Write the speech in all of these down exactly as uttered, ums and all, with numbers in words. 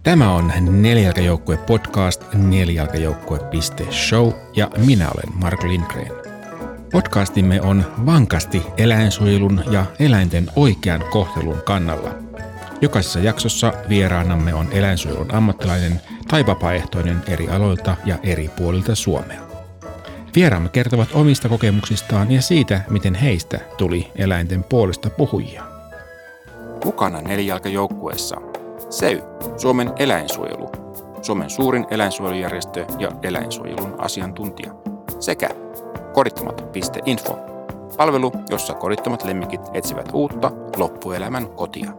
Tämä on Nelijalkajoukkue podcast nelijalkajoukkue piste show ja minä olen Marko Lindgren. Podcastimme on vankasti eläinsuojelun ja eläinten oikean kohtelun kannalla. Jokaisessa jaksossa vieraanamme on eläinsuojelun ammattilainen tai vapaaehtoinen eri aloilta ja eri puolilta Suomea. Vieraamme kertovat omista kokemuksistaan ja siitä, miten heistä tuli eläinten puolesta puhujia. Mukana Nelijalkajoukkueessa S E Y, Suomen eläinsuojelu, Suomen suurin eläinsuojelujärjestö ja eläinsuojelun asiantuntija, sekä kodittomat piste info, palvelu, jossa kodittomat lemmikit etsivät uutta loppuelämän kotia.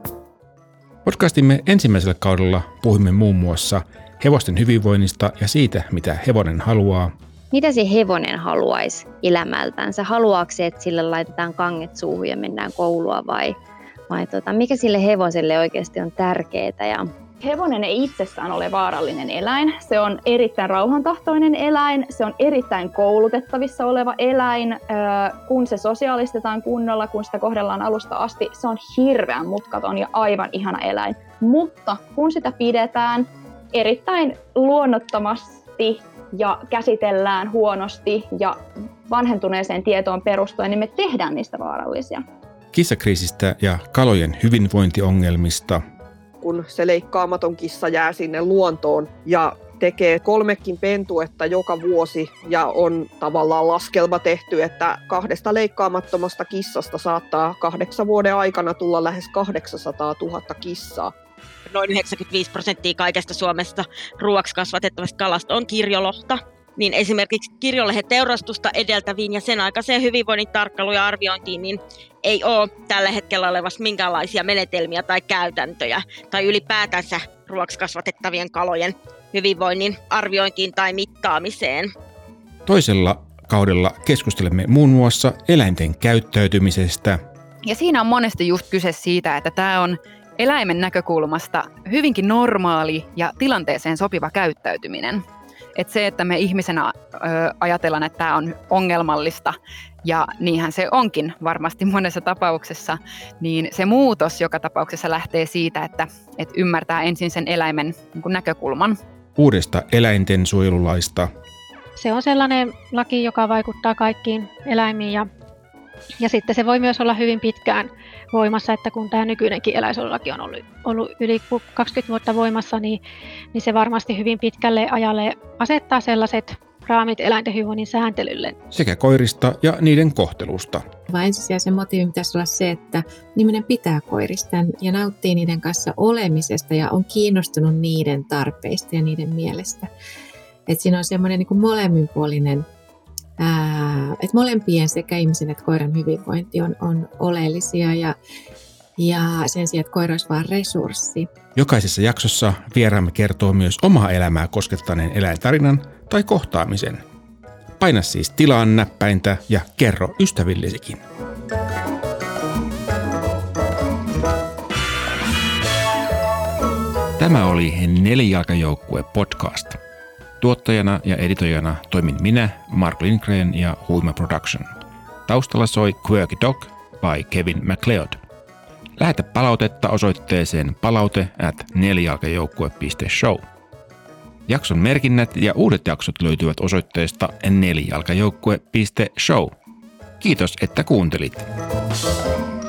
Podcastimme ensimmäisellä kaudella puhuimme muun muassa hevosten hyvinvoinnista ja siitä, mitä hevonen haluaa. Mitä se hevonen haluaisi elämältänsä? Haluaako se, että sille laitetaan kanget suuhun ja mennään koulua vai, vai tota, mikä sille hevoselle oikeasti on tärkeää? Ja hevonen ei itsessään ole vaarallinen eläin. Se on erittäin rauhantahtoinen eläin. Se on erittäin koulutettavissa oleva eläin. Kun se sosiaalistetaan kunnolla, kun sitä kohdellaan alusta asti, se on hirveän mutkaton ja aivan ihana eläin. Mutta kun sitä pidetään erittäin luonnottomasti ja käsitellään huonosti ja vanhentuneeseen tietoon perustuen, niin me tehdään niistä vaarallisia. Kissakriisistä ja kalojen hyvinvointiongelmista. Kun se leikkaamaton kissa jää sinne luontoon ja tekee kolmekin pentuetta joka vuosi ja on tavallaan laskelma tehty, että kahdesta leikkaamattomasta kissasta saattaa kahdeksan vuoden aikana tulla lähes kahdeksansataatuhatta kissaa. Noin yhdeksänkymmentäviisi prosenttia kaikesta Suomessa ruuaksi kasvatettavasta kalasta on kirjolohta. Niin esimerkiksi kirjolehen teurastusta edeltäviin ja sen aikaiseen hyvinvoinnin tarkkailuun ja arviointiin niin ei ole tällä hetkellä olevassa minkäänlaisia menetelmiä tai käytäntöjä tai ylipäätänsä ruuaksi kasvatettavien kalojen hyvinvoinnin arviointiin tai mittaamiseen. Toisella kaudella keskustelemme muun muassa eläinten käyttäytymisestä. Ja siinä on monesti just kyse siitä, että tämä on eläimen näkökulmasta hyvinkin normaali ja tilanteeseen sopiva käyttäytyminen. Että se, että me ihmisenä ö, ajatellaan, että tämä on ongelmallista, ja niinhän se onkin varmasti monessa tapauksessa, niin se muutos joka tapauksessa lähtee siitä, että, että ymmärtää ensin sen eläimen niin kuin näkökulman. Uudesta eläinten suojelulaista. Se on sellainen laki, joka vaikuttaa kaikkiin eläimiin, ja, ja sitten se voi myös olla hyvin pitkään voimassa, että kun tämä nykyinenkin eläinsuojelulaki on ollut, ollut yli kaksikymmentä vuotta voimassa, niin, niin se varmasti hyvin pitkälle ajalle asettaa sellaiset raamit eläinten hyvinvoinnin sääntelylle. Sekä koirista ja niiden kohtelusta. Vaan ensisijaisen motiivin pitäisi olla se, että ihminen pitää koirista ja nauttii niiden kanssa olemisesta ja on kiinnostunut niiden tarpeista ja niiden mielestä. Että siinä on semmoinen niin kuin molemminpuolinen, ää, että molempien sekä ihmisen että koiran hyvinvointi on, on oleellisia ja, ja sen sijaan, että koira olisi vain resurssi. Jokaisessa jaksossa vieraamme kertoo myös omaa elämää koskettaneen eläintarinan tai kohtaamisen. Paina siis tilaan näppäintä ja kerro ystävillisikin. Tämä oli Nelijalkajoukkue podcast. Tuottajana ja editoijana toimin minä, Mark Lindgren ja Huima Production. Taustalla soi Quirky Dog by Kevin MacLeod. Lähetä palautetta osoitteeseen palaute at nelijalkajoukkue piste show. Jakson merkinnät ja uudet jaksot löytyvät osoitteesta nelijalkajoukkue piste show. Kiitos, että kuuntelit.